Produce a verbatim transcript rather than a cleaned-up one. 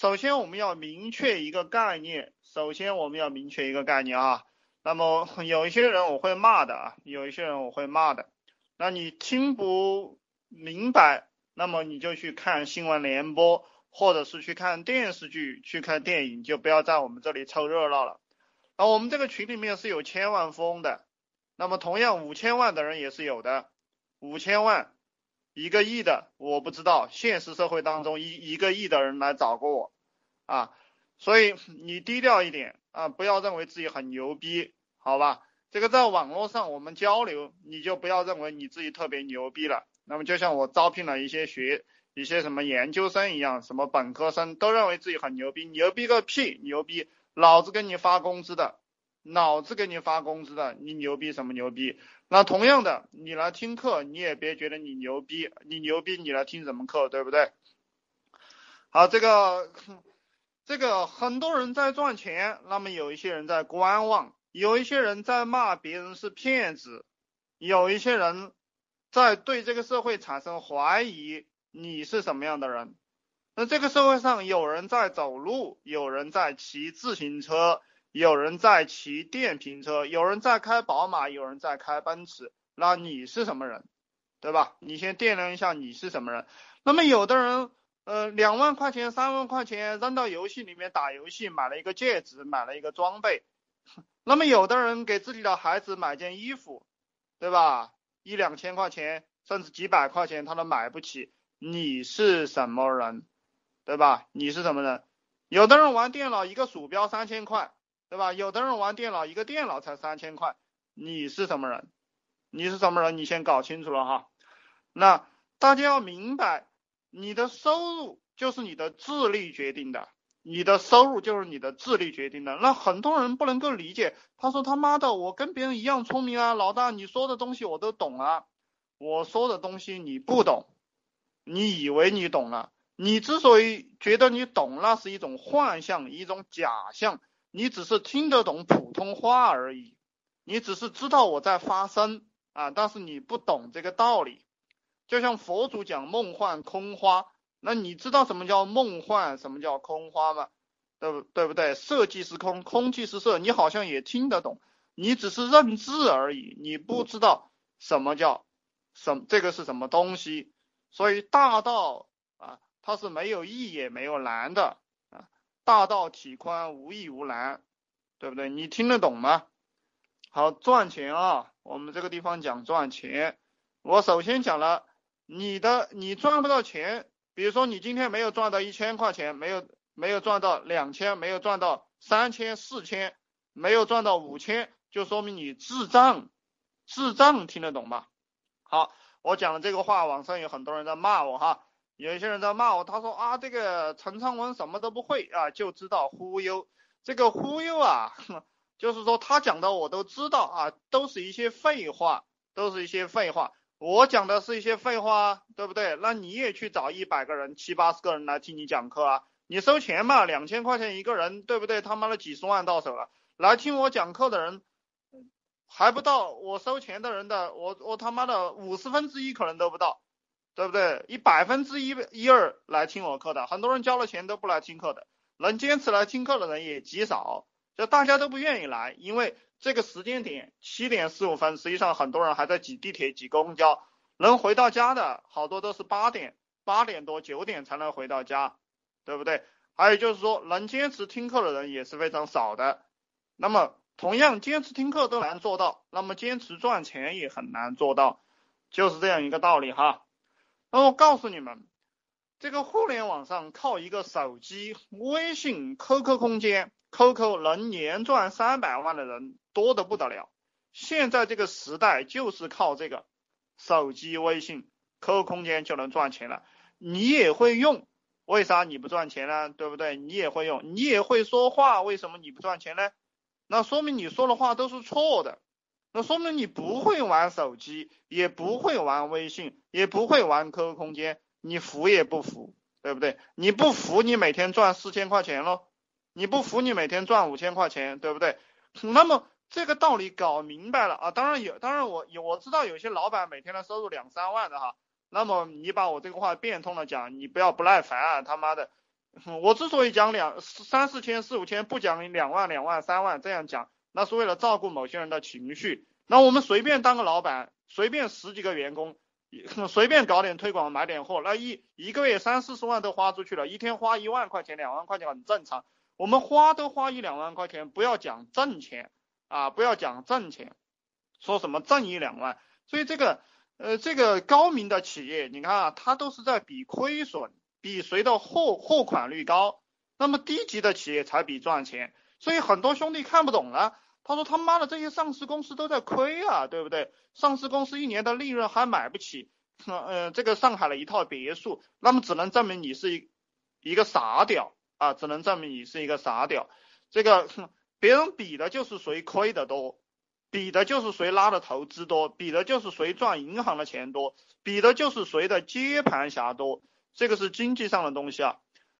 首先我们要明确一个概念，首先我们要明确一个概念啊。那么有一些人我会骂的啊，有一些人我会骂的。那你听不明白，那么你就去看新闻联播，或者是去看电视剧，去看电影，就不要在我们这里凑热闹了。而我们这个群里面是有千万富翁的，那么同样五千万的人也是有的，五千万、一个亿的我不知道，现实社会当中一一个亿的人来找过我啊，所以你低调一点啊，不要认为自己很牛逼，好吧？这个在网络上我们交流，你就不要认为你自己特别牛逼了。那么就像我招聘了一些学一些什么研究生一样，什么本科生都认为自己很牛逼，牛逼个屁，牛逼！老子给你发工资的，老子给你发工资的，你牛逼什么牛逼？那同样的，你来听课，你也别觉得你牛逼，你牛逼你来听什么课，对不对？好，这个这个很多人在赚钱，那么有一些人在观望，有一些人在骂别人是骗子，有一些人在对这个社会产生怀疑，你是什么样的人？那这个社会上有人在走路，有人在骑自行车，有人在骑电瓶车，有人在开宝马，有人在开奔驰，那你是什么人？对吧？你先掂量一下你是什么人。那么有的人呃两万块钱三万块钱扔到游戏里面打游戏，买了一个戒指，买了一个装备。那么有的人给自己的孩子买件衣服，对吧？一两千块钱甚至几百块钱他都买不起，你是什么人？对吧？你是什么人？有的人玩电脑一个鼠标三千块，对吧？有的人玩电脑一个电脑才三千块，你是什么人？你是什么人？你先搞清楚了哈。那大家要明白，你的收入就是你的智力决定的，你的收入就是你的智力决定的。那很多人不能够理解，他说他妈的，我跟别人一样聪明啊，老大你说的东西我都懂啊，我说的东西你不懂，你以为你懂了。你之所以觉得你懂，那是一种幻象，一种假象，你只是听得懂普通话而已，你只是知道我在发声啊，但是你不懂这个道理。就像佛祖讲梦幻空花，那你知道什么叫梦幻，什么叫空花吗？对不对不对？色即是空，空即是色，你好像也听得懂，你只是认字而已，你不知道什么叫什这个是什么东西。所以大道啊，它是没有易也没有难的啊，大道体宽，无易无难，对不对？你听得懂吗？好，赚钱啊，我们这个地方讲赚钱，我首先讲了你的你赚不到钱，比如说你今天没有赚到一千块钱，没有没有赚到两千，没有赚到三千四千，没有赚到五千，就说明你智障，智障听得懂吗？好，我讲的这个话，网上有很多人在骂我哈，有一些人在骂我，他说啊，这个陈昌文什么都不会啊，就知道忽悠，这个忽悠啊，就是说他讲的我都知道啊，都是一些废话，都是一些废话，我讲的是一些废话，对不对？那你也去找一百个人、七八十个人来听你讲课啊，你收钱嘛，两千块钱一个人，对不对？他妈的几十万到手了，来听我讲课的人。还不到我收钱的人的，我我他妈的五十分之一可能都不到，对不对？一百分之一一二来听我课的，很多人交了钱都不来听课的，能坚持来听课的人也极少，就大家都不愿意来，因为这个时间点七点十五分，实际上很多人还在挤地铁、挤公交，能回到家的好多都是八点、八点多、九点才能回到家，对不对？还有就是说，能坚持听课的人也是非常少的，那么。同样坚持听课都难做到，那么坚持赚钱也很难做到，就是这样一个道理哈。那我告诉你们，这个互联网上靠一个手机、微信、Q Q 空间、Q Q 能年赚三百万的人多得不得了。现在这个时代就是靠这个手机、微信、Q Q 空间就能赚钱了。你也会用，为啥你不赚钱呢？对不对？你也会用，你也会说话，为什么你不赚钱呢？那说明你说的话都是错的，那说明你不会玩手机，也不会玩微信，也不会玩 Q Q 空间，你服也不服，对不对？你不服，你每天赚四千块钱咯，你不服，你每天赚五千块钱，对不对？那么这个道理搞明白了啊，当然有，当然我有我知道有些老板每天的收入两三万的哈，那么你把我这个话变通了讲，你不要不耐烦啊，他妈的。 我之所以讲两三四千四五千，不讲两万两万三万这样讲，那是为了照顾某些人的情绪。那我们随便当个老板，随便十几个员工，随便搞点推广买点货，那一一个月三四十万都花出去了，一天花一万块钱两万块钱很正常。我们花都花一两万块钱，不要讲挣钱啊，不要讲挣钱，说什么挣一两万。所以这个呃这个高明的企业，你看啊，它都是在比亏损，比谁的货货款率高。那么低级的企业才比赚钱。所以很多兄弟看不懂了，他说他妈的这些上市公司都在亏啊，对不对？上市公司一年的利润还买不起呃这个上海的一套别墅，那么只能证明你是一一个傻屌啊，只能证明你是一个傻屌。这个别人比的就是谁亏的多，比的就是谁拉的投资多，比的就是谁赚银行的钱多，比的就是谁的接盘侠多，这个是经济上的东西啊。